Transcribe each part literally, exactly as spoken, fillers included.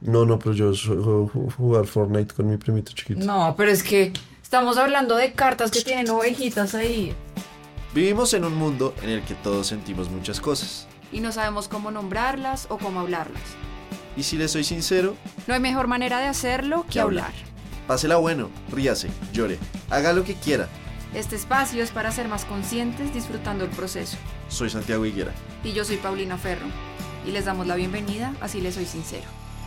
No, no, pero yo suelo ju- jugar Fortnite con mi primito chiquito. No, pero es que estamos hablando de cartas que tienen ovejitas ahí Vivimos en un mundo en el que todos sentimos muchas cosas. y no sabemos cómo nombrarlas o cómo hablarlas. Y si les soy sincero, No hay mejor manera de hacerlo que Que hablar. hablar. pásela bueno, ríase, llore, haga lo que quiera. Este espacio es para ser más conscientes disfrutando el proceso. Soy Santiago Higuera. Y yo soy Paulina Ferro. Y les damos la bienvenida, así les soy sincero.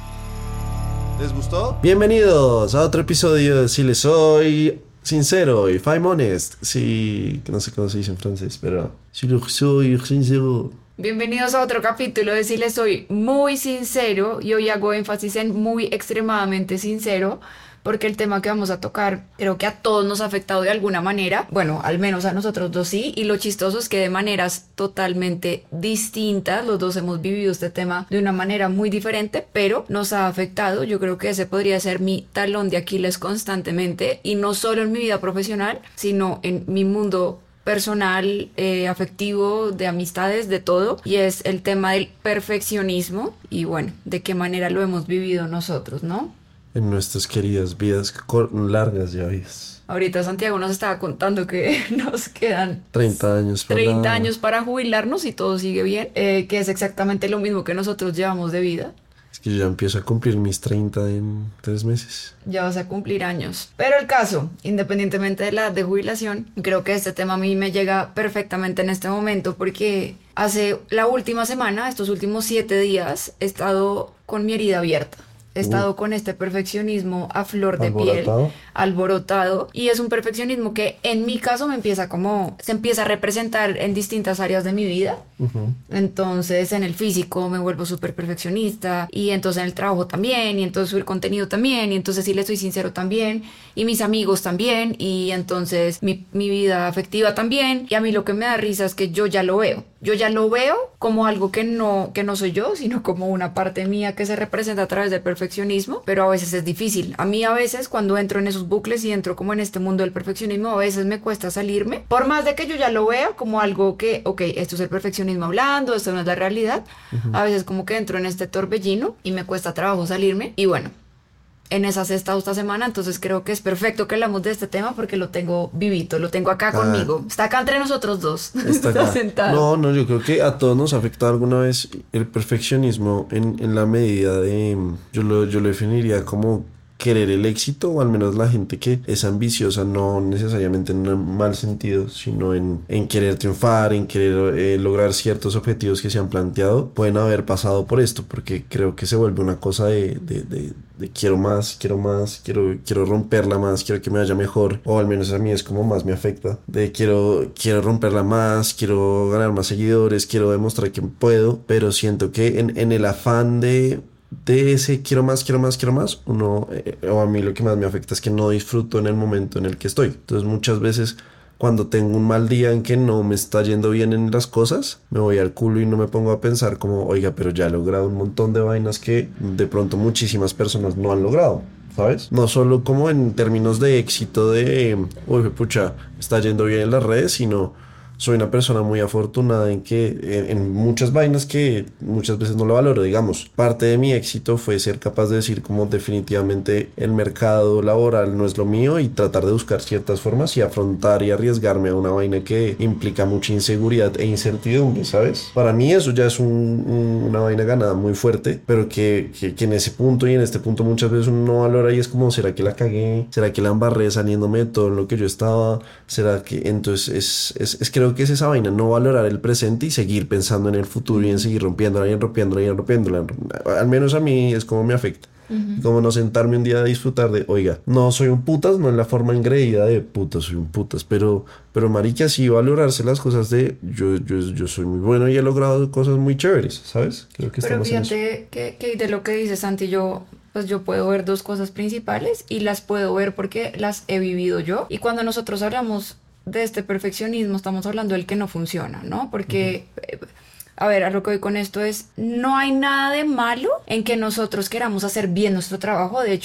¿Les gustó? Bienvenidos a otro episodio de Si les soy sincero, if I'm honest. Sí, que no sé cómo se dice en francés, pero si les soy sincero. Bienvenidos a otro capítulo de Si les soy muy sincero. Y hoy hago énfasis en muy extremadamente sincero, porque el tema que vamos a tocar creo que a todos nos ha afectado de alguna manera. Bueno, al menos a nosotros dos sí. Y lo chistoso es que de maneras totalmente distintas. Los dos hemos vivido este tema de una manera muy diferente, pero nos ha afectado. Yo creo que ese podría ser mi talón de Aquiles constantemente. Y no solo en mi vida profesional, sino en mi mundo personal, eh, afectivo, de amistades, de todo, y es el tema del perfeccionismo y bueno, de qué manera lo hemos vivido nosotros, ¿no? En nuestras queridas vidas, cor- largas ya vidas. Ahorita Santiago nos estaba contando que nos quedan treinta años para treinta la- años para jubilarnos y todo sigue bien, eh, que es exactamente lo mismo que nosotros llevamos de vida. Es que yo ya empiezo a cumplir mis treinta en tres meses. Ya vas a cumplir años. Pero el caso, independientemente de la edad de jubilación, creo que este tema a mí me llega perfectamente en este momento porque hace la última semana, estos últimos siete días, he estado con mi herida abierta. He estado con este perfeccionismo a flor de Alborotado. piel, alborotado, y es un perfeccionismo que en mi caso me empieza como, se empieza a representar en distintas áreas de mi vida. Ujú. Entonces en el físico me vuelvo súper perfeccionista y entonces en el trabajo también y entonces subir contenido también y entonces si le soy sincero también y mis amigos también y entonces mi, mi vida afectiva también y a mí lo que me da risa es que yo ya lo veo. Yo ya lo veo como algo que no, que no soy yo, sino como una parte mía que se representa a través del perfeccionismo, pero a veces es difícil. A mí a veces cuando entro en esos bucles y entro como en este mundo del perfeccionismo, a veces me cuesta salirme, por más de que yo ya lo vea como algo que, ok, esto es el perfeccionismo hablando, esto no es la realidad, a veces como que entro en este torbellino y me cuesta trabajo salirme y bueno. En esas he estado esta semana, entonces creo que es perfecto que hablamos de este tema porque lo tengo vivito, lo tengo acá Ah. conmigo. Está acá entre nosotros dos. Está acá. sentado. No, no, yo creo que a todos nos ha afectado alguna vez el perfeccionismo en, en la medida de, yo lo, yo lo definiría como querer el éxito, o al menos la gente que es ambiciosa, no necesariamente en un mal sentido, sino en, en querer triunfar, en querer eh, lograr ciertos objetivos que se han planteado, pueden haber pasado por esto, porque creo que se vuelve una cosa de, de, de, de quiero más, quiero más, quiero, quiero romperla más, quiero que me vaya mejor, o al menos a mí es como más me afecta, de quiero, quiero romperla más, quiero ganar más seguidores, quiero demostrar que puedo, pero siento que en, en el afán de de ese quiero más, quiero más, quiero más, uno, eh, o a mí lo que más me afecta es que no disfruto en el momento en el que estoy. Entonces muchas veces cuando tengo un mal día en que no me está yendo bien en las cosas, me voy al culo y no me pongo a pensar como, oiga, pero ya he logrado un montón de vainas que de pronto muchísimas personas no han logrado, ¿sabes? No solo como en términos de éxito de, uy, pucha, está yendo bien en las redes, sino soy una persona muy afortunada en que en, en muchas vainas que muchas veces no lo valoro, digamos. Parte de mi éxito fue ser capaz de decir como definitivamente el mercado laboral no es lo mío y tratar de buscar ciertas formas y afrontar y arriesgarme a una vaina que implica mucha inseguridad e incertidumbre, ¿sabes? Para mí eso ya es un, un, una vaina ganada muy fuerte, pero que, que, que en ese punto y en este punto muchas veces uno no valora y es como, ¿será que la cagué? ¿Será que la embarré saliéndome de todo lo que yo estaba? ¿Será que entonces es, es, es creo que es esa vaina, no valorar el presente y seguir pensando en el futuro y en seguir rompiéndola y en rompiéndola y en rompiéndola? Al menos a mí es como me afecta. Uh-huh. Como no sentarme un día a disfrutar de, oiga, no soy un putas, no en la forma engreída de putas, soy un putas, pero, pero marica, sí valorarse las cosas de yo, yo, yo soy muy bueno y he logrado cosas muy chéveres, ¿sabes? Creo que pero estamos en eso. fíjate que, que de lo que dice Santi, yo pues yo puedo ver dos cosas principales y las puedo ver porque las he vivido yo. Y cuando nosotros hablamos de este perfeccionismo, estamos hablando del que no funciona, ¿no? Porque, uh-huh. a ver, a lo que voy con esto es, no hay nada de malo en que nosotros queramos hacer bien nuestro trabajo. De hecho,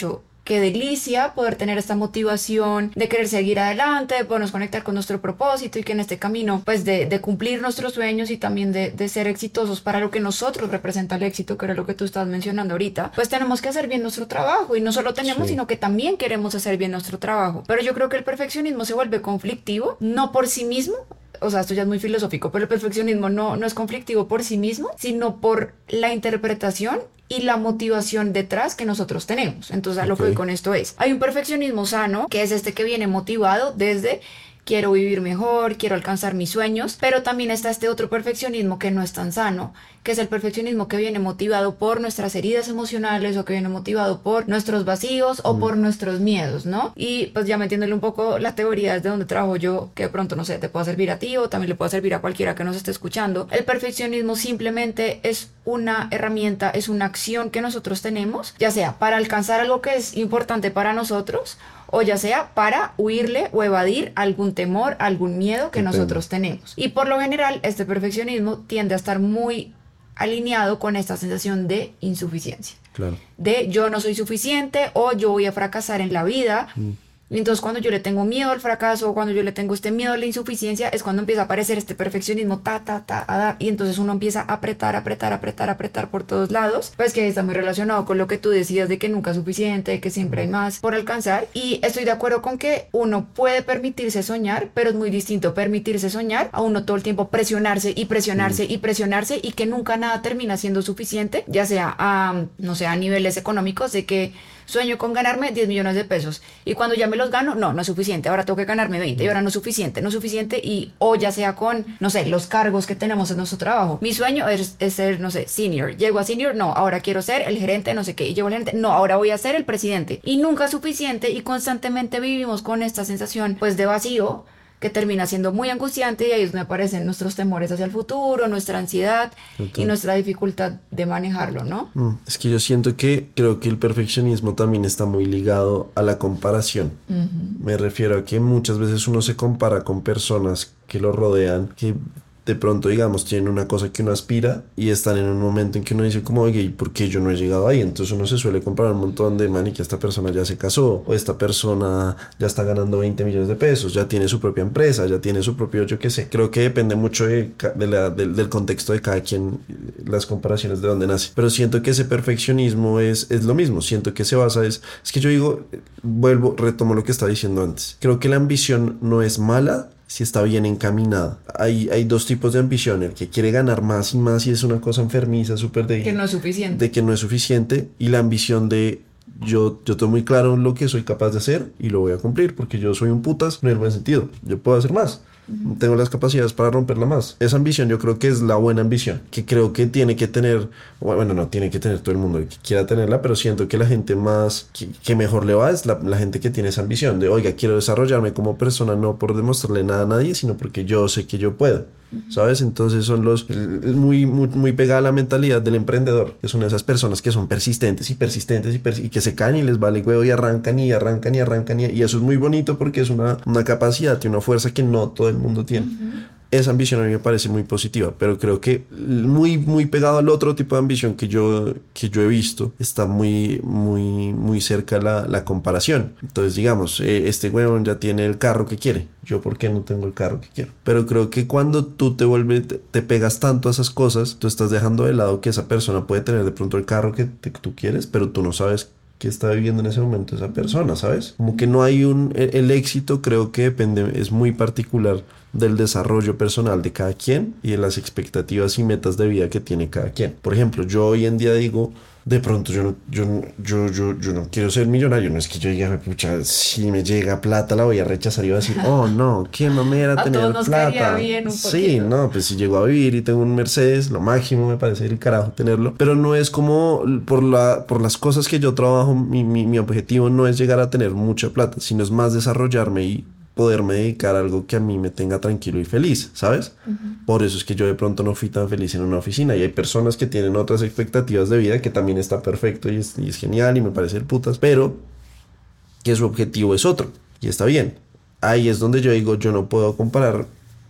qué delicia poder tener esta motivación de querer seguir adelante, de podernos conectar con nuestro propósito y que en este camino, pues de, de cumplir nuestros sueños y también de, de ser exitosos para lo que nosotros representa el éxito, que era lo que tú estabas mencionando ahorita, pues tenemos que hacer bien nuestro trabajo y no solo tenemos, sí. sino que también queremos hacer bien nuestro trabajo. Pero yo creo que el perfeccionismo se vuelve conflictivo, no por sí mismo. O sea, esto ya es muy filosófico, pero el perfeccionismo no, no es conflictivo por sí mismo, sino por la interpretación y la motivación detrás que nosotros tenemos. Entonces, a lo okay. que voy con esto es, hay un perfeccionismo sano, que es este que viene motivado desde quiero vivir mejor, quiero alcanzar mis sueños, pero también está este otro perfeccionismo que no es tan sano, que es el perfeccionismo que viene motivado por nuestras heridas emocionales o que viene motivado por nuestros vacíos o mm. por nuestros miedos, ¿no? Y pues ya metiéndole un poco la teoría desde donde trabajo yo, que de pronto, no sé, te pueda servir a ti o también le pueda servir a cualquiera que nos esté escuchando. El perfeccionismo simplemente es una herramienta, es una acción que nosotros tenemos, ya sea para alcanzar algo que es importante para nosotros, o ya sea para huirle o evadir algún temor, algún miedo que Entiendo. nosotros tenemos. Y por lo general, este perfeccionismo tiende a estar muy alineado con esta sensación de insuficiencia. Claro. De yo no soy suficiente o yo voy a fracasar en la vida. Mm. Y entonces cuando yo le tengo miedo al fracaso, cuando yo le tengo este miedo a la insuficiencia, es cuando empieza a aparecer este perfeccionismo, ta, ta, ta, a dar, y entonces uno empieza a apretar, apretar, apretar, apretar por todos lados, pues que está muy relacionado con lo que tú decías de que nunca es suficiente, de que siempre hay más por alcanzar, y estoy de acuerdo con que uno puede permitirse soñar, pero es muy distinto permitirse soñar a uno todo el tiempo presionarse y presionarse mm. y presionarse y que nunca nada termina siendo suficiente, ya sea a, no sé, a niveles económicos, de que sueño con ganarme diez millones de pesos y cuando ya me los gano, no, no es suficiente, ahora tengo que ganarme veinte y ahora no es suficiente, no es suficiente y o ya sea con, no sé, los cargos que tenemos en nuestro trabajo. Mi sueño es, es ser, no sé, senior, llego a senior, no, ahora quiero ser el gerente, no sé qué, y llego al gerente, no, ahora voy a ser el presidente y nunca es suficiente y constantemente vivimos con esta sensación pues de vacío que termina siendo muy angustiante y ahí es donde aparecen nuestros temores hacia el futuro, nuestra ansiedad Total. y nuestra dificultad de manejarlo, ¿no? Mm, es que yo siento que creo que el perfeccionismo también está muy ligado a la comparación. Uh-huh. Me refiero a que muchas veces uno se compara con personas que lo rodean, que de pronto, digamos, tienen una cosa que uno aspira y están en un momento en que uno dice como, oye, ¿y por qué yo no he llegado ahí? Entonces uno se suele comparar un montón de, man, y que esta persona ya se casó, o esta persona ya está ganando veinte millones de pesos, ya tiene su propia empresa, ya tiene su propio, yo qué sé. Creo que depende mucho de, de la, de, del contexto de cada quien, las comparaciones de dónde nace. Pero siento que ese perfeccionismo es, es lo mismo. Siento que se basa, es, es que yo digo, vuelvo, retomo lo que estaba diciendo antes. Creo que la ambición no es mala, si está bien encaminada. Hay, hay dos tipos de ambición, el que quiere ganar más y más y es una cosa enfermiza, súper de... Que no es suficiente. De que no es suficiente, y la ambición de yo, yo tengo muy claro lo que soy capaz de hacer y lo voy a cumplir porque yo soy un putas en el buen sentido, yo puedo hacer más. Uh-huh. Tengo las capacidades para romperla más. Esa ambición yo creo que es la buena ambición, que creo que tiene que tener, bueno, no tiene que tener todo el mundo que quiera tenerla, pero siento que la gente más que, que mejor le va es la, la gente que tiene esa ambición de, oiga, quiero desarrollarme como persona, no por demostrarle nada a nadie, sino porque yo sé que yo puedo. ¿Sabes? Entonces son los muy, muy, muy pegada a la mentalidad del emprendedor, que son esas personas que son persistentes y persistentes y, pers- y que se caen y les vale huevo y arrancan y arrancan y arrancan y, y eso es muy bonito porque es una, una capacidad y una fuerza que no todo el mundo tiene. Uh-huh. Esa ambición a mí me parece muy positiva, pero creo que muy, muy pegado al otro tipo de ambición que yo, que yo he visto, está muy, muy, muy cerca la, la comparación. Entonces, digamos, eh, este huevón ya tiene el carro que quiere. Yo, ¿por qué no tengo el carro que quiero? Pero creo que cuando tú te vuelves, te, te pegas tanto a esas cosas, tú estás dejando de lado que esa persona puede tener de pronto el carro que, te, que tú quieres, pero tú no sabes que está viviendo en ese momento esa persona, ¿sabes? Como que no hay un... El, el éxito creo que depende, es muy particular del desarrollo personal de cada quien y de las expectativas y metas de vida que tiene cada quien. Por ejemplo, yo hoy en día digo, de pronto yo no, yo, yo, yo, yo no quiero ser millonario, no es que yo diga, pucha, si me llega plata la voy a rechazar y voy a decir, oh no, qué mamera tener todos nos plata. caería bien un sí, no, pues si llego a vivir y tengo un Mercedes, lo máximo me parece el carajo tenerlo, pero no es como por, la, por las cosas que yo trabajo, mi, mi, mi objetivo no es llegar a tener mucha plata, sino es más desarrollarme y poderme dedicar a algo que a mí me tenga tranquilo y feliz, ¿sabes? Uh-huh. Por eso es que yo de pronto no fui tan feliz en una oficina y hay personas que tienen otras expectativas de vida que también está perfecto y es, y es genial y me parece el putas, pero que su objetivo es otro y está bien. Ahí es donde yo digo, yo no puedo comparar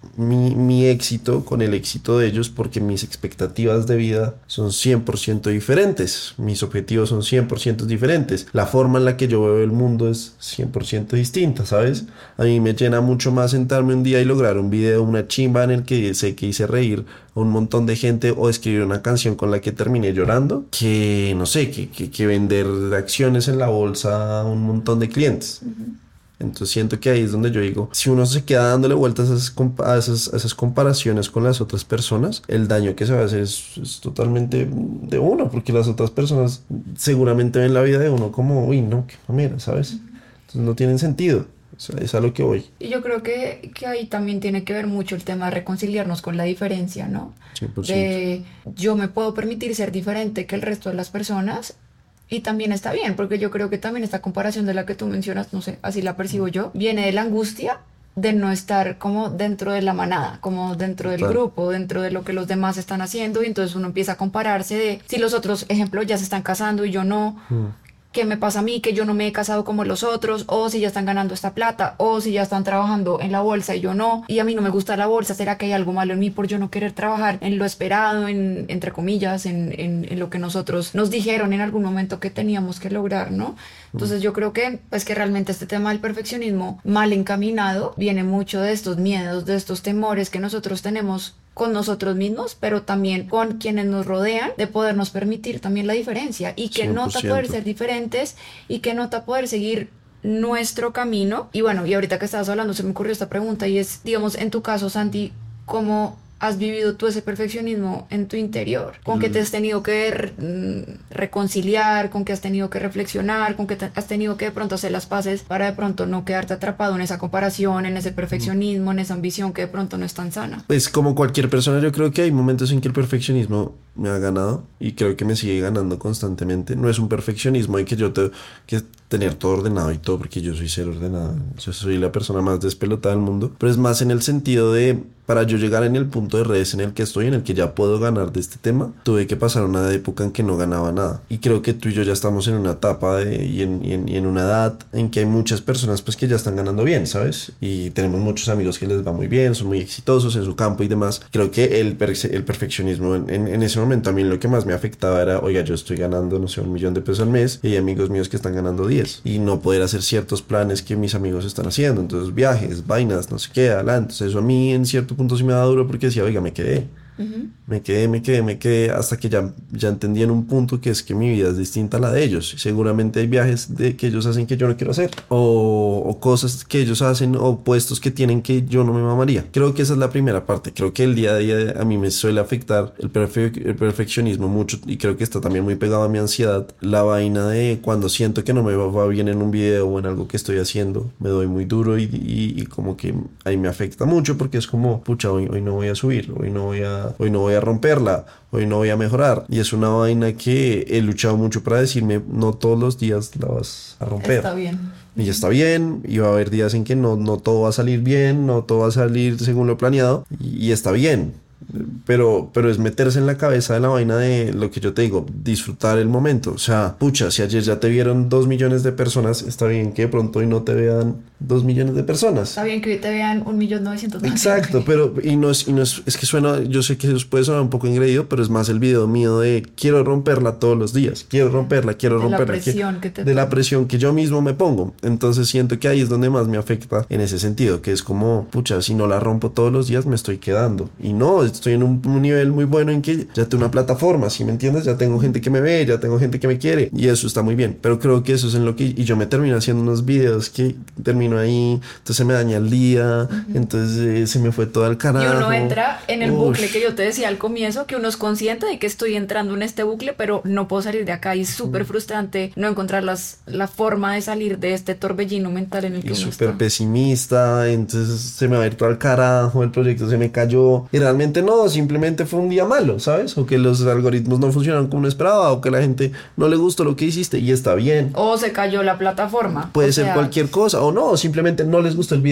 mi, mi éxito con el éxito de ellos porque mis expectativas de vida son cien por ciento diferentes, mis objetivos son cien por ciento diferentes, la forma en la que yo veo el mundo es cien por ciento distinta, ¿sabes? A mí me llena mucho más sentarme un día y lograr un video, una chimba en el que sé que hice reír a un montón de gente o escribir una canción con la que terminé llorando, que no sé, que, que, que vender acciones en la bolsa a un montón de clientes. Uh-huh. Entonces siento que ahí es donde yo digo, si uno se queda dándole vueltas a esas, a esas, a esas comparaciones con las otras personas, el daño que se va a hacer es, es totalmente de uno, porque las otras personas seguramente ven la vida de uno como, uy, no, qué mamera, ¿sabes? Entonces no tienen sentido. O sea, es a lo que voy. Y yo creo que, que ahí también tiene que ver mucho el tema de reconciliarnos con la diferencia, ¿no? cien por ciento. De yo me puedo permitir ser diferente que el resto de las personas. Y también está bien, porque yo creo que también esta comparación de la que tú mencionas, no sé, así la percibo yo, viene de la angustia de no estar como dentro de la manada, como dentro del Total. grupo, dentro de lo que los demás están haciendo, y entonces uno empieza a compararse de si los otros, ejemplo, ya se están casando y yo no, mm. ¿qué me pasa a mí que yo no me he casado como los otros? O si ya están ganando esta plata, o si ya están trabajando en la bolsa y yo no, y a mí no me gusta la bolsa, ¿será que hay algo malo en mí por yo no querer trabajar en lo esperado, en, entre comillas, en, en, en lo que nosotros nos dijeron en algún momento que teníamos que lograr, ¿no? Entonces yo creo que, pues, que realmente este tema del perfeccionismo mal encaminado viene mucho de estos miedos, de estos temores que nosotros tenemos con nosotros mismos, pero también con quienes nos rodean, de podernos permitir también la diferencia y que cien por nota ciento. poder ser diferentes y que nota poder seguir nuestro camino. Y bueno, y ahorita que estabas hablando se me ocurrió esta pregunta y es, digamos, en tu caso, Santi, ¿cómo has vivido tú ese perfeccionismo en tu interior? ¿Con mm. qué te has tenido que re- reconciliar? ¿Con qué has tenido que reflexionar? ¿Con qué te has tenido que de pronto hacer las paces para de pronto no quedarte atrapado en esa comparación, en ese perfeccionismo, en esa ambición que de pronto no es tan sana? Pues como cualquier persona, yo creo que hay momentos en que el perfeccionismo me ha ganado y creo que me sigue ganando constantemente. No es un perfeccionismo en que yo tengo que tener todo ordenado y todo, porque yo soy ser ordenado, yo soy la persona más despelotada del mundo, pero es más en el sentido de, para yo llegar en el punto de redes en el que estoy, en el que ya puedo ganar de este tema, tuve que pasar una época en que no ganaba nada, y creo que tú y yo ya estamos en una etapa de, y, en, y, en, y en una edad en que hay muchas personas pues que ya están ganando bien, ¿sabes? Y tenemos muchos amigos que les va muy bien, son muy exitosos en su campo y demás. Creo que el, perce- el perfeccionismo en, en, en ese momento a mí lo que más me afectaba era, oiga, yo estoy ganando, no sé, un millón de pesos al mes y hay amigos míos que están ganando diez, y no poder hacer ciertos planes que mis amigos están haciendo, entonces viajes, vainas, no sé qué, adelante. Entonces eso a mí en cierto punto sí me daba duro porque decía, oiga, me quedé. Uh-huh. Me quedé, me quedé, me quedé hasta que ya, ya entendí en un punto que es que mi vida es distinta a la de ellos. Seguramente hay viajes de, que ellos hacen que yo no quiero hacer, o, o cosas que ellos hacen, o puestos que tienen que yo no me mamaría. Creo que esa es la primera parte. Creo que el día a día a mí me suele afectar el, perfe- el perfeccionismo mucho, y creo que está también muy pegado a mi ansiedad. La vaina de cuando siento que no me va, va bien en un video o en algo que estoy haciendo, me doy muy duro y, y, y como que ahí me afecta mucho porque es como, pucha, hoy, hoy no voy a subir, hoy no voy a hoy no voy a romperla, hoy no voy a mejorar. Y es una vaina que he luchado mucho para decirme, no todos los días la vas a romper. Está bien. Y está bien, y va a haber días en que no, no todo va a salir bien, no todo va a salir según lo planeado, y, y está bien. Pero, pero es meterse en la cabeza de la vaina de lo que yo te digo, disfrutar el momento. O sea, pucha, si ayer ya te vieron dos millones de personas, está bien que de pronto hoy no te vean dos millones de personas. Está bien que hoy te vean un millón novecientos mil. Exacto, pero y no es, y no es, es que suena, yo sé que eso puede sonar un poco engreído, pero es más el video mío de quiero romperla todos los días, quiero romperla, quiero de romperla. La presión que te de la presión que yo mismo me pongo. Entonces siento que ahí es donde más me afecta en ese sentido, que es como, pucha, si no la rompo todos los días me estoy quedando. Y no, estoy en un, un nivel muy bueno en que ya tengo una plataforma, ¿sí me entiendes? Ya tengo gente que me ve, ya tengo gente que me quiere, y eso está muy bien. Pero creo que eso es en lo que, y yo me termino haciendo unos videos que termino ahí, entonces se me daña el día, uh-huh. entonces eh, se me fue todo al carajo. Y uno entra en el Ush. bucle que yo te decía al comienzo, que uno es consciente de que estoy entrando en este bucle, pero no puedo salir de acá, y es súper uh-huh. frustrante no encontrar las, la forma de salir de este torbellino mental en el que y uno súper está. Pesimista, entonces se me va a ir todo al carajo, el proyecto se me cayó, y realmente no, simplemente fue un día malo, ¿sabes? O que los algoritmos no funcionaron como uno esperaba, o que a la gente no le gustó lo que hiciste, y está bien. O se cayó la plataforma. Puede o ser sea, cualquier cosa, o no, simplemente no les gustó el video.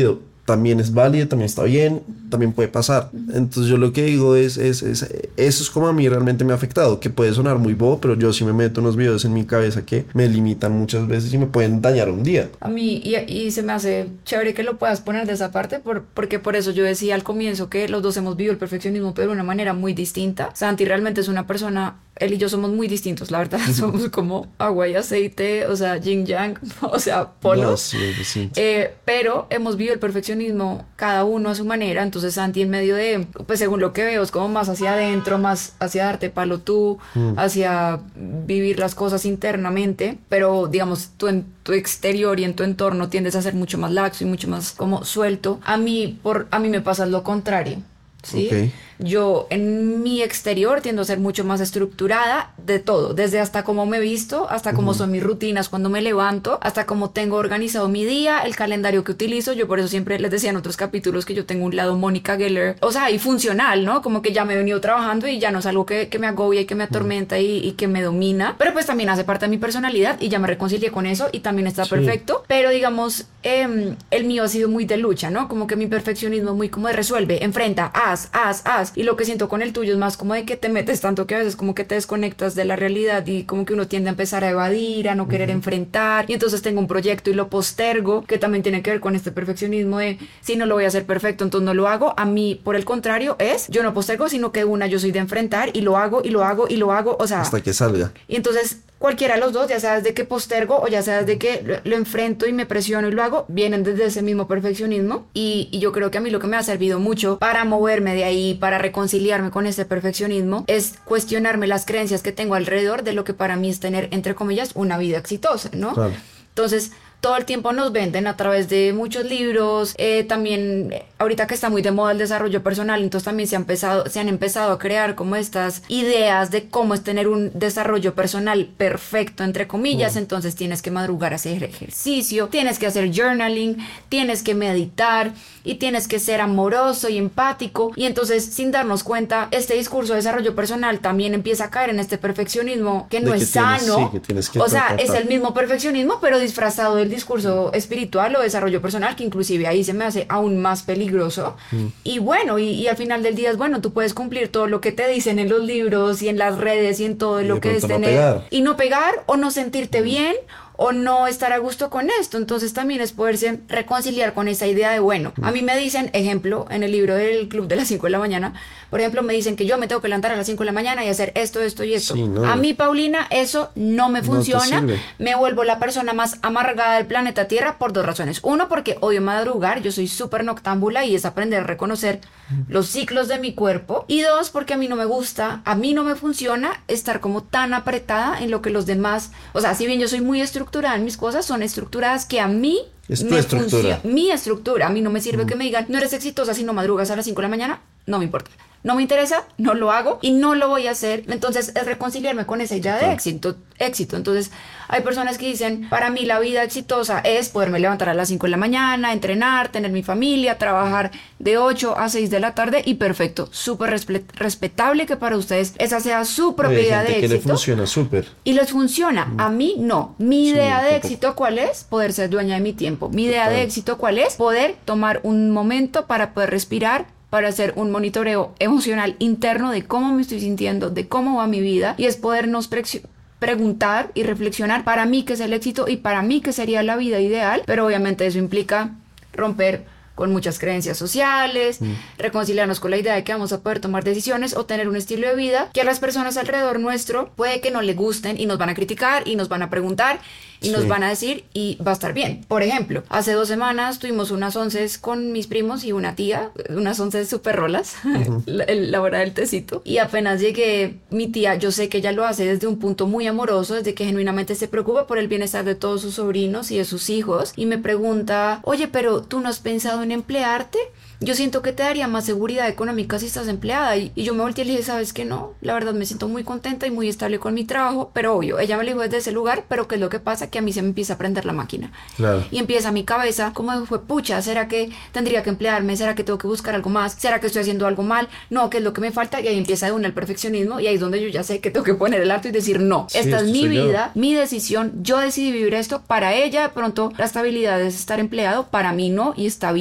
también es válido, también está bien, también puede pasar. Entonces yo lo que digo es, es, es, eso es como a mí realmente me ha afectado, que puede sonar muy bobo, pero yo sí me meto unos videos en mi cabeza que me limitan muchas veces y me pueden dañar un día. A mí, y, y se me hace chévere que lo puedas poner de esa parte, por, porque por eso yo decía al comienzo que los dos hemos vivido el perfeccionismo, pero de una manera muy distinta. Santi realmente es una persona, él y yo somos muy distintos, la verdad, somos como agua y aceite, o sea, yin yang, o sea, polos. No, sí, sí. Eh, pero hemos vivido el perfeccionismo cada uno a su manera. Entonces Santi en medio de, pues según lo que veo, es como más hacia adentro, más hacia darte palo tú, mm. hacia vivir las cosas internamente, pero digamos tú en tu exterior y en tu entorno tiendes a ser mucho más laxo y mucho más como suelto. A mí, por, a mí me pasa lo contrario, ¿sí? Okay. Yo en mi exterior tiendo a ser mucho más estructurada de todo, desde hasta cómo me visto, hasta cómo uh-huh. son mis rutinas cuando me levanto, hasta cómo tengo organizado mi día, el calendario que utilizo. Yo por eso siempre les decía en otros capítulos que yo tengo un lado Mónica Geller, o sea, y funcional, ¿no? Como que ya me he venido trabajando y ya no es algo que, que me agobia y que me atormenta uh-huh. y, y que me domina, pero pues también hace parte de mi personalidad y ya me reconcilié con eso y también está sí. perfecto, pero digamos, eh, el mío ha sido muy de lucha, ¿no? Como que mi perfeccionismo es muy como de resuelve, enfrenta, haz, haz, haz. Y lo que siento con el tuyo es más como de que te metes tanto que a veces como que te desconectas de la realidad y como que uno tiende a empezar a evadir, a no querer uh-huh. enfrentar. Y entonces tengo un proyecto y lo postergo, que también tiene que ver con este perfeccionismo de si no lo voy a hacer perfecto, entonces no lo hago. A mí, por el contrario, es yo no postergo, sino que una, yo soy de enfrentar y lo hago y lo hago y lo hago, o sea... hasta que salga. Y entonces... cualquiera de los dos, ya sea desde que postergo o ya sea desde que lo, lo enfrento y me presiono y lo hago, vienen desde ese mismo perfeccionismo y, y yo creo que a mí lo que me ha servido mucho para moverme de ahí, para reconciliarme con ese perfeccionismo, es cuestionarme las creencias que tengo alrededor de lo que para mí es tener, entre comillas, una vida exitosa, ¿no? Claro. Entonces... todo el tiempo nos venden a través de muchos libros, eh, también ahorita que está muy de moda el desarrollo personal, entonces también se, ha empezado, se han empezado a crear como estas ideas de cómo es tener un desarrollo personal perfecto, entre comillas, mm. entonces tienes que madrugar a hacer ejercicio, tienes que hacer journaling, tienes que meditar y tienes que ser amoroso y empático, y entonces sin darnos cuenta, este discurso de desarrollo personal también empieza a caer en este perfeccionismo que no de es que tienes, sano, sí, que tienes que o sea, tratar. Es el mismo perfeccionismo pero disfrazado del discurso espiritual o desarrollo personal, que inclusive ahí se me hace aún más peligroso. Mm. Y bueno, y, y al final del día es bueno, tú puedes cumplir todo lo que te dicen en los libros y en las redes y en todo y lo que es no tener pegar. Y no pegar o no sentirte mm. bien o no estar a gusto con esto. Entonces también es poderse reconciliar con esa idea de bueno, mm. a mí me dicen, ejemplo, en el libro del Club de las cinco de la mañana, por ejemplo, me dicen que yo me tengo que levantar a las cinco de la mañana y hacer esto, esto y esto. Sí, no. A mí, Paulina, eso no me funciona. No me vuelvo la persona más amargada del planeta Tierra por dos razones. Uno, porque odio madrugar, yo soy súper noctámbula y es aprender a reconocer mm. los ciclos de mi cuerpo. Y dos, porque a mí no me gusta, a mí no me funciona estar como tan apretada en lo que los demás, o sea, si bien yo soy muy estructurada en mis cosas, son estructuradas que a mí es tu estructura. Mi estructura. A mí no me sirve mm. que me digan, no eres exitosa si no madrugas a las cinco de la mañana. No me importa. No me interesa, no lo hago y no lo voy a hacer. Entonces es reconciliarme con esa idea de éxito, éxito. Entonces hay personas que dicen, para mí la vida exitosa es poderme levantar a las cinco de la mañana, entrenar, tener mi familia, trabajar de ocho a seis de la tarde y perfecto, súper respetable que para ustedes esa sea su propia idea de éxito. Que le funciona súper. Y les funciona. Mm. A mí no. Mi sí, idea de tampoco. éxito, ¿cuál es? Poder ser dueña de mi tiempo. Mi idea Total. de éxito, ¿cuál es? Poder tomar un momento para poder respirar, para hacer un monitoreo emocional interno de cómo me estoy sintiendo, de cómo va mi vida, y es podernos pre- preguntar y reflexionar para mí qué es el éxito y para mí qué sería la vida ideal, pero obviamente eso implica romper con muchas creencias sociales, mm. reconciliarnos con la idea de que vamos a poder tomar decisiones o tener un estilo de vida que a las personas alrededor nuestro puede que no le gusten y nos van a criticar y nos van a preguntar y sí. nos van a decir y va a estar bien. Por ejemplo, hace dos semanas tuvimos unas onces con mis primos y una tía, unas onces súper rolas, uh-huh. la, la hora del tecito, y apenas llegué, mi tía, yo sé que ella lo hace desde un punto muy amoroso, desde que genuinamente se preocupa por el bienestar de todos sus sobrinos y de sus hijos, y me pregunta, oye, pero ¿tú no has pensado en emplearte? Yo siento que te daría más seguridad económica si estás empleada. Y, y yo me volteé y le dije, ¿sabes qué? No, la verdad me siento muy contenta y muy estable con mi trabajo, pero obvio, ella me lo dijo desde ese lugar, pero ¿qué es lo que pasa? Que a mí se me empieza a prender la máquina. Claro. Y empieza mi cabeza, como fue, pucha, ¿será que tendría que emplearme? ¿Será que tengo que buscar algo más? ¿Será que estoy haciendo algo mal? No, ¿qué es lo que me falta? Y ahí empieza de una el perfeccionismo y ahí es donde yo ya sé que tengo que poner el alto y decir, no, sí, esta es mi vida, yo. mi decisión, yo decidí vivir esto, para ella de pronto la estabilidad es estar empleado, para mí no, y está bien.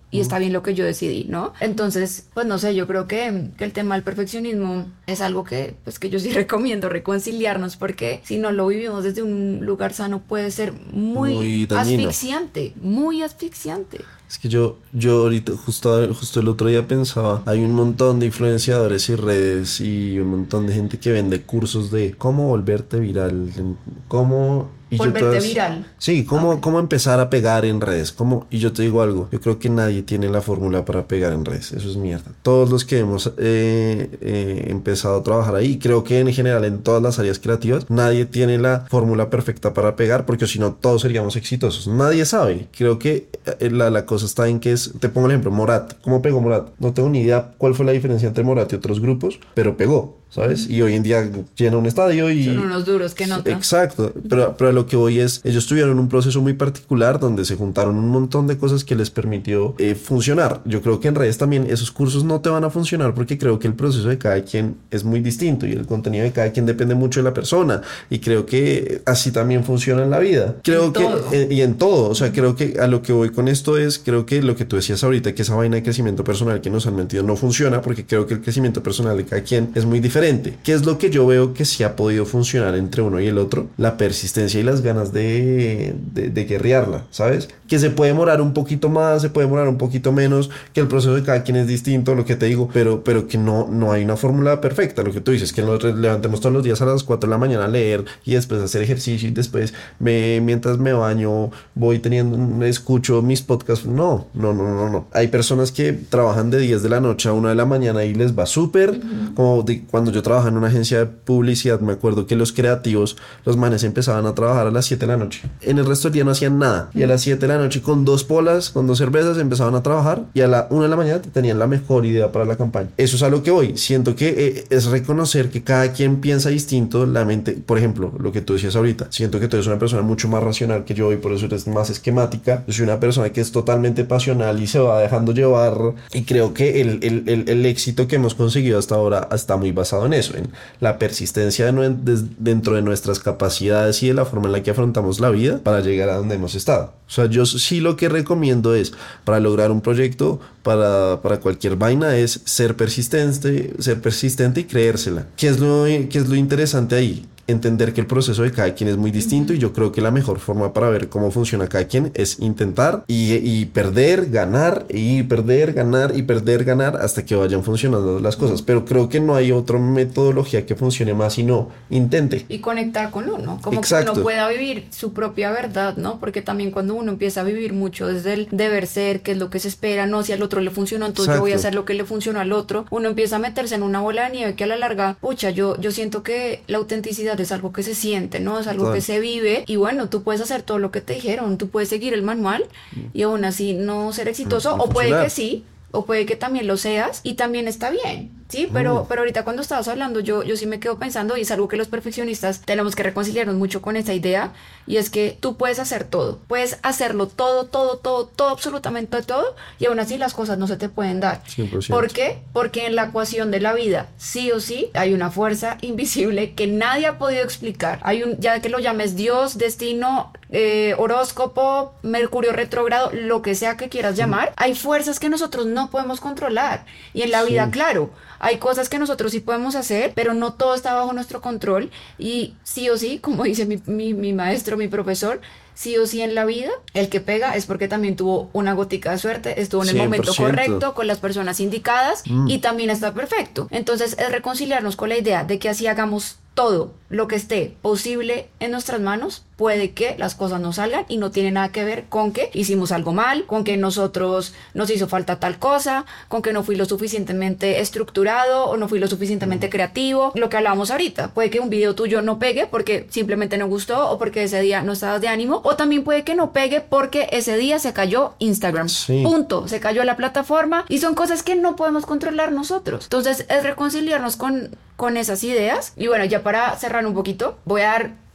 y está bien lo que yo decidí, ¿no? Entonces, pues no sé, yo creo que, que el tema del perfeccionismo es algo que, pues que yo sí recomiendo reconciliarnos, porque si no lo vivimos desde un lugar sano puede ser muy, Muy dañino. asfixiante, muy asfixiante. Es que yo, yo ahorita, justo, justo el otro día pensaba, hay un montón de influenciadores y redes y un montón de gente que vende cursos de cómo volverte viral, cómo... Y Volverte yo te- viral. Sí, cómo, Ok. cómo empezar a pegar en redes. Cómo, y yo te digo algo, yo creo que nadie tiene la fórmula para pegar en redes. Eso es mierda. Todos los que hemos eh, eh, empezado a trabajar ahí, creo que en general en todas las áreas creativas, nadie tiene la fórmula perfecta para pegar, porque si no todos seríamos exitosos. Nadie sabe. Creo que eh, la, la cosa está en que es, te pongo el ejemplo, Morat. ¿Cómo pegó Morat? No tengo ni idea cuál fue la diferencia entre Morat y otros grupos, pero pegó, ¿sabes? Y hoy en día llena un estadio y... Son unos duros que nota. Exacto, pero, pero a lo que voy es, ellos tuvieron un proceso muy particular donde se juntaron un montón de cosas que les permitió eh, funcionar. Yo creo que en redes también esos cursos no te van a funcionar porque creo que el proceso de cada quien es muy distinto y el contenido de cada quien depende mucho de la persona, y creo que así también funciona en la vida. Creo En que todo. eh, y en todo, o sea, creo que a lo que voy con esto es, creo que lo que tú decías ahorita, que esa vaina de crecimiento personal que nos han metido no funciona, porque creo que el crecimiento personal de cada quien es muy diferente. ¿Qué es lo que yo veo que sí ha podido funcionar entre uno y el otro? La persistencia y las ganas de, de, de guerrearla, ¿sabes? Que se puede demorar un poquito más, se puede demorar un poquito menos, que el proceso de cada quien es distinto, lo que te digo, pero, pero que no, no hay una fórmula perfecta. Lo que tú dices, que nos levantemos todos los días a las cuatro de la mañana a leer y después hacer ejercicio y después me, mientras me baño voy teniendo, escucho mis podcasts. No, no, no, no, no. Hay personas que trabajan de diez de la noche a una de la mañana y les va súper, uh-huh. Como de, cuando yo trabajaba en una agencia de publicidad, me acuerdo que los creativos, los manes empezaban a trabajar a las siete de la noche. En el resto del día no hacían nada. Y a las siete de la noche con dos polas, con dos cervezas empezaban a trabajar y a la una de la mañana tenían la mejor idea para la campaña. Eso es a lo que voy. Siento que eh, es reconocer que cada quien piensa distinto. La mente, por ejemplo, lo que tú decías ahorita, siento que tú eres una persona mucho más racional que yo y por eso eres más esquemática. Yo soy una persona que es totalmente pasional y se va dejando llevar, y creo que el, el, el, el éxito que hemos conseguido hasta ahora está muy basado en eso, en la persistencia de, de, dentro de nuestras capacidades y de la forma en la que afrontamos la vida para llegar a donde hemos estado. O sea, yo sí lo que recomiendo es, para lograr un proyecto, para, para cualquier vaina, es ser persistente, ser persistente y creérsela. ¿Qué es lo, qué es lo interesante ahí? Entender que el proceso de cada quien es muy distinto, y yo creo que la mejor forma para ver cómo funciona cada quien es intentar y, y perder, ganar y perder, ganar y perder, ganar hasta que vayan funcionando las cosas. Pero creo que no hay otra metodología que funcione más sino intente. Y conectar con uno, como Exacto. que uno pueda vivir su propia verdad, ¿no? Porque también cuando uno empieza a vivir mucho desde el deber ser, que es lo que se espera, no, si al otro le funcionó, entonces Exacto. yo voy a hacer lo que le funcionó al otro, uno empieza a meterse en una bola de nieve que a la larga, pucha, yo, yo siento que la autenticidad es algo que se siente, ¿no? Es algo Total. que se vive, y bueno, tú puedes hacer todo lo que te dijeron, tú puedes seguir el manual y aún así no ser exitoso, No, no o puede funcionar. que sí, o puede que también lo seas, y también está bien, ¿sí? Pero, Mm. pero ahorita cuando estabas hablando, yo, yo sí me quedo pensando, y es algo que los perfeccionistas tenemos que reconciliarnos mucho con esa idea, y es que tú puedes hacer todo, puedes hacerlo todo, todo, todo, todo, absolutamente todo, y aún así las cosas no se te pueden dar. cien por ciento. ¿Por qué? Porque en la ecuación de la vida, sí o sí, hay una fuerza invisible que nadie ha podido explicar. Hay un, ya que lo llames Dios, destino, eh, horóscopo, Mercurio retrógrado, lo que sea que quieras llamar, hay fuerzas que nosotros no podemos controlar. Y en la vida, Sí. claro, hay cosas que nosotros sí podemos hacer, pero no todo está bajo nuestro control. Y sí o sí, como dice mi, mi, mi maestro, mi profesor, sí o sí en la vida, el que pega es porque también tuvo una gotica de suerte, estuvo en el momento cien por ciento. correcto, con las personas indicadas, Mm. y también está perfecto. Entonces es reconciliarnos con la idea de que así hagamos todo lo que esté posible en nuestras manos, puede que las cosas no salgan, y no tiene nada que ver con que hicimos algo mal, con que nosotros nos hizo falta tal cosa, con que no fui lo suficientemente estructurado o no fui lo suficientemente Mm. creativo. Lo que hablábamos ahorita, puede que un video tuyo no pegue porque simplemente no gustó, o porque ese día no estabas de ánimo, o también puede que no pegue porque ese día se cayó Instagram. Sí. Punto. Se cayó la plataforma, y son cosas que no podemos controlar nosotros. Entonces es reconciliarnos con, con esas ideas. Y bueno, ya para cerrar un poquito, voy a dar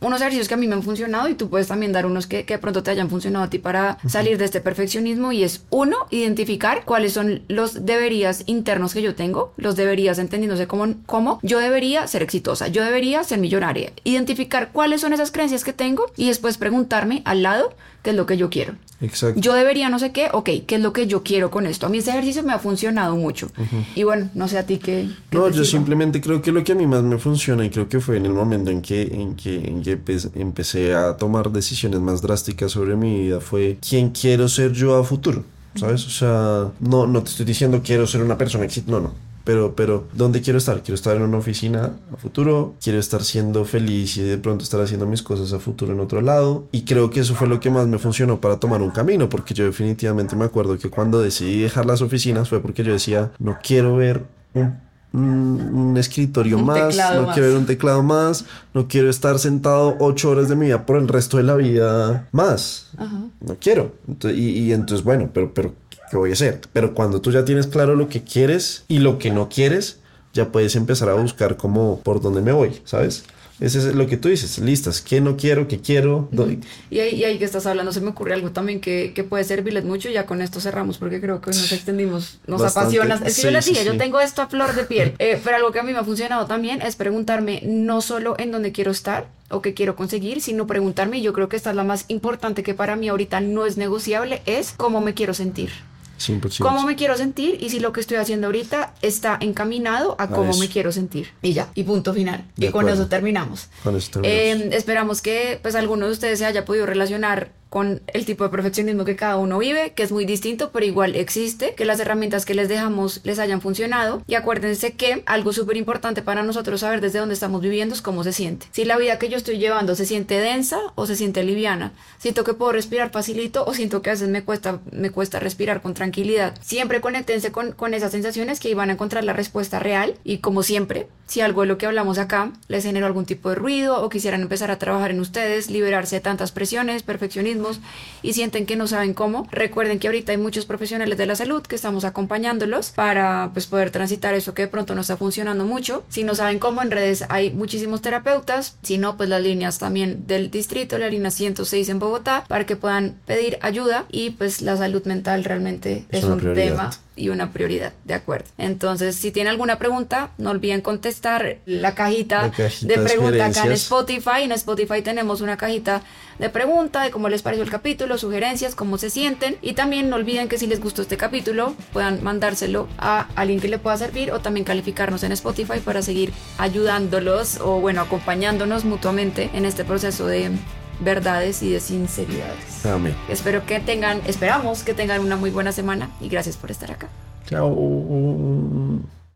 unos ejercicios que a mí me han funcionado y tú puedes también dar unos que, que de pronto te hayan funcionado a ti para salir de este perfeccionismo, y es uno, identificar cuáles son los deberías internos que yo tengo, los deberías entendiéndose como, como yo debería ser exitosa, yo debería ser millonaria, identificar cuáles son esas creencias que tengo y después preguntarme al lado qué es lo que yo quiero. Exacto. Yo debería no sé qué, ok, ¿qué es lo que yo quiero con esto? A mí este ejercicio me ha funcionado mucho. Uh-huh. Y bueno, no sé a ti qué... qué no, yo sirva. Simplemente creo que lo que a mí más me funciona, y creo que fue en el momento en que, en que, en que empecé a tomar decisiones más drásticas sobre mi vida, fue quién quiero ser yo a futuro, ¿sabes? O sea, no, no te estoy diciendo quiero ser una persona exitosa, no, no. Pero, pero, ¿dónde quiero estar? Quiero estar en una oficina a futuro, quiero estar siendo feliz y de pronto estar haciendo mis cosas a futuro en otro lado. Y creo que eso fue lo que más me funcionó para tomar un camino, porque yo definitivamente me acuerdo que cuando decidí dejar las oficinas fue porque yo decía, no quiero ver un, un, un escritorio un más, no más. quiero ver un teclado más, no quiero estar sentado ocho horas de mi vida por el resto de la vida más. Uh-huh. No quiero. Entonces, y, y entonces, bueno, pero... pero ¿qué voy a hacer? Pero cuando tú ya tienes claro lo que quieres y lo que no quieres, ya puedes empezar a buscar como por dónde me voy, ¿sabes? Ese es lo que tú dices, listas, ¿qué no quiero, qué quiero? Uh-huh. Y ahí, y ahí que estás hablando, se me ocurre algo también que, que puede servirles mucho, y ya con esto cerramos porque creo que hoy nos extendimos, nos Bastante. apasiona. Es que sí, yo les dije, sí, yo sí. tengo esto a flor de piel, eh, pero algo que a mí me ha funcionado también es preguntarme no solo en dónde quiero estar o qué quiero conseguir, sino preguntarme, y yo creo que esta es la más importante que para mí ahorita no es negociable, es cómo me quiero sentir. cien por ciento. Cómo me quiero sentir y si lo que estoy haciendo ahorita está encaminado a, a cómo eso. me quiero sentir. Y ya, y punto final. De y acuerdo. con eso terminamos. Con eso terminamos. Eh, esperamos que pues alguno de ustedes se haya podido relacionar con el tipo de perfeccionismo que cada uno vive, que es muy distinto, pero igual existe, que las herramientas que les dejamos les hayan funcionado. Y acuérdense que algo súper importante para nosotros saber desde dónde estamos viviendo es cómo se siente. Si la vida que yo estoy llevando se siente densa o se siente liviana, siento que puedo respirar facilito o siento que a veces me cuesta, me cuesta respirar con tranquilidad. Siempre conéctense con, con esas sensaciones, que ahí van a encontrar la respuesta real. Y como siempre, si algo de lo que hablamos acá les generó algún tipo de ruido o quisieran empezar a trabajar en ustedes, liberarse de tantas presiones, perfeccionismo, y sienten que no saben cómo, recuerden que ahorita hay muchos profesionales de la salud que estamos acompañándolos para pues poder transitar eso que de pronto no está funcionando mucho. Si no saben cómo, en redes hay muchísimos terapeutas, si no, pues las líneas también del distrito, la línea ciento seis en Bogotá, para que puedan pedir ayuda. Y pues la salud mental realmente es, es un prioridad. tema y una prioridad, de acuerdo. Entonces, si tienen alguna pregunta, no olviden contestar la cajita, la cajita de pregunta acá en Spotify. En Spotify tenemos una cajita de pregunta de cómo les pareció el capítulo, sugerencias, cómo se sienten. Y también no olviden que si les gustó este capítulo, puedan mandárselo a alguien que le pueda servir, o también calificarnos en Spotify para seguir ayudándolos o bueno, acompañándonos mutuamente en este proceso de verdades y de sinceridades. Amén. Espero que tengan, esperamos que tengan una muy buena semana y gracias por estar acá. Chao.